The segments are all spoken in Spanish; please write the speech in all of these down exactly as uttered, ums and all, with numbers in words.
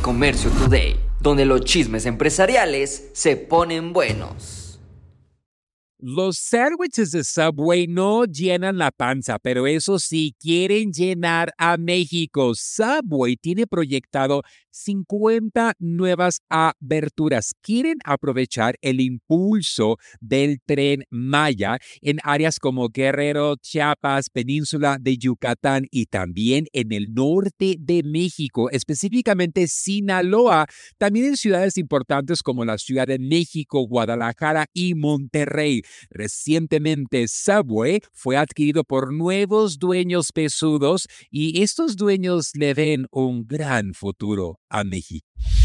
Comercio Today, donde los chismes empresariales se ponen buenos. Los sándwiches de Subway no llenan la panza, pero eso sí, quieren llenar a México. Subway tiene proyectado cincuenta nuevas aberturas. Quieren aprovechar el impulso del Tren Maya en áreas como Guerrero, Chiapas, Península de Yucatán y también en el norte de México, específicamente Sinaloa, también en ciudades importantes como la Ciudad de México, Guadalajara y Monterrey. Recientemente, Subway fue adquirido por nuevos dueños pesudos y estos dueños le ven un gran futuro a México.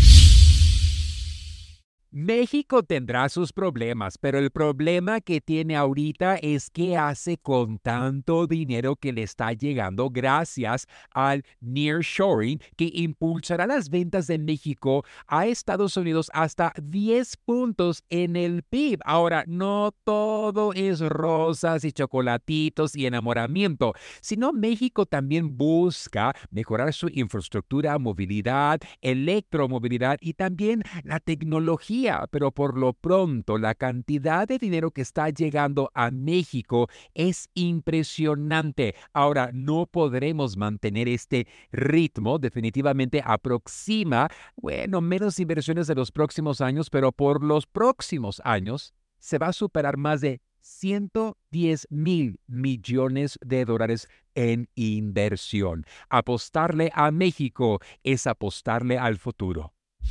México tendrá sus problemas, pero el problema que tiene ahorita es qué hace con tanto dinero que le está llegando gracias al nearshoring, que impulsará las ventas de México a Estados Unidos hasta diez puntos en el P I B. Ahora, no todo es rosas y chocolatitos y enamoramiento, sino México también busca mejorar su infraestructura, movilidad, electromovilidad y también la tecnología. Pero por lo pronto, la cantidad de dinero que está llegando a México es impresionante. Ahora, no podremos mantener este ritmo. Definitivamente aproxima, bueno, menos inversiones de los próximos años, pero por los próximos años se va a superar más de ciento diez mil millones de dólares en inversión. Apostarle a México es apostarle al futuro.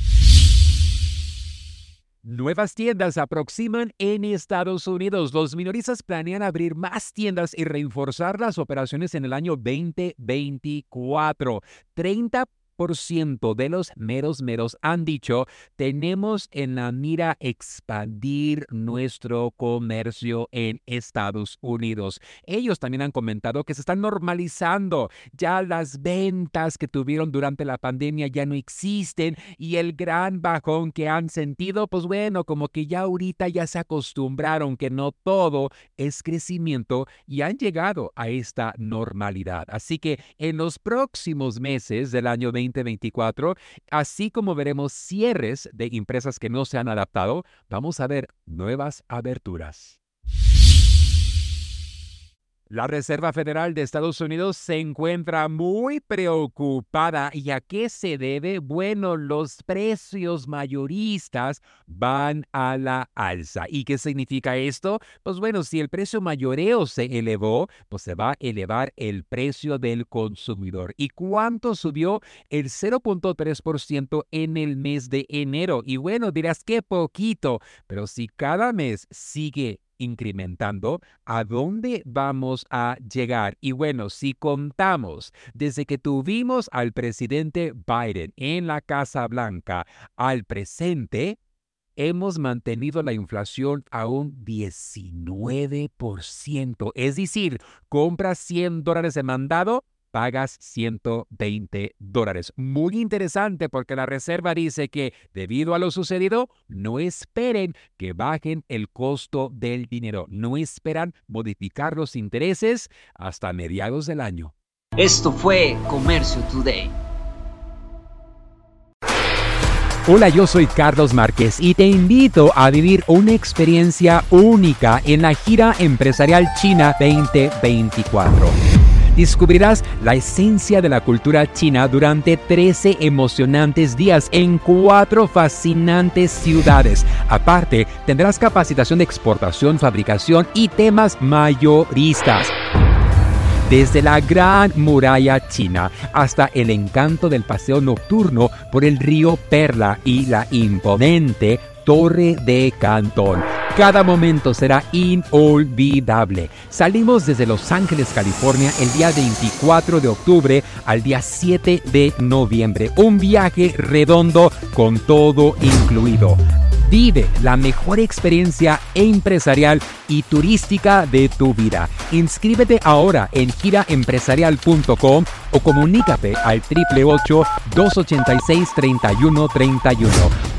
Nuevas tiendas se aproximan en Estados Unidos. Los minoristas planean abrir más tiendas y reforzar las operaciones en el año veinte veinticuatro. treinta por ciento de los meros meros han dicho, tenemos en la mira expandir nuestro comercio en Estados Unidos. Ellos también han comentado que se están normalizando. Ya las ventas que tuvieron durante la pandemia ya no existen y el gran bajón que han sentido, pues bueno, como que ya ahorita ya se acostumbraron que no todo es crecimiento y han llegado a esta normalidad. Así que en los próximos meses del año veinte veinticuatro, así como veremos cierres de empresas que no se han adaptado, vamos a ver nuevas aberturas. La Reserva Federal de Estados Unidos se encuentra muy preocupada. ¿Y a qué se debe? Bueno, los precios mayoristas van a la alza. ¿Y qué significa esto? Pues bueno, si el precio mayoreo se elevó, pues se va a elevar el precio del consumidor. ¿Y cuánto subió? El cero punto tres por ciento en el mes de enero. Y bueno, dirás, qué poquito, pero si cada mes sigue incrementando, ¿a dónde vamos a llegar? Y bueno, si contamos desde que tuvimos al presidente Biden en la Casa Blanca al presente, hemos mantenido la inflación a un diecinueve por ciento. Es decir, compras cien dólares de mandado, pagas ciento veinte dólares. Muy interesante porque la Reserva dice que debido a lo sucedido, no esperen que bajen el costo del dinero. No esperan modificar los intereses hasta mediados del año. Esto fue Comercio Today. Hola, yo soy Carlos Márquez y te invito a vivir una experiencia única en la Gira Empresarial China veinte veinticuatro. Descubrirás la esencia de la cultura china durante trece emocionantes días en cuatro fascinantes ciudades. Aparte, tendrás capacitación de exportación, fabricación y temas mayoristas. Desde la Gran Muralla China hasta el encanto del paseo nocturno por el río Perla y la imponente Torre de Cantón. Cada momento será inolvidable. Salimos desde Los Ángeles, California, el día veinticuatro de octubre al día siete de noviembre. Un viaje redondo con todo incluido. Vive la mejor experiencia empresarial y turística de tu vida. Inscríbete ahora en gira empresarial punto com o comunícate al ocho ocho ocho, dos ocho seis, tres uno tres uno.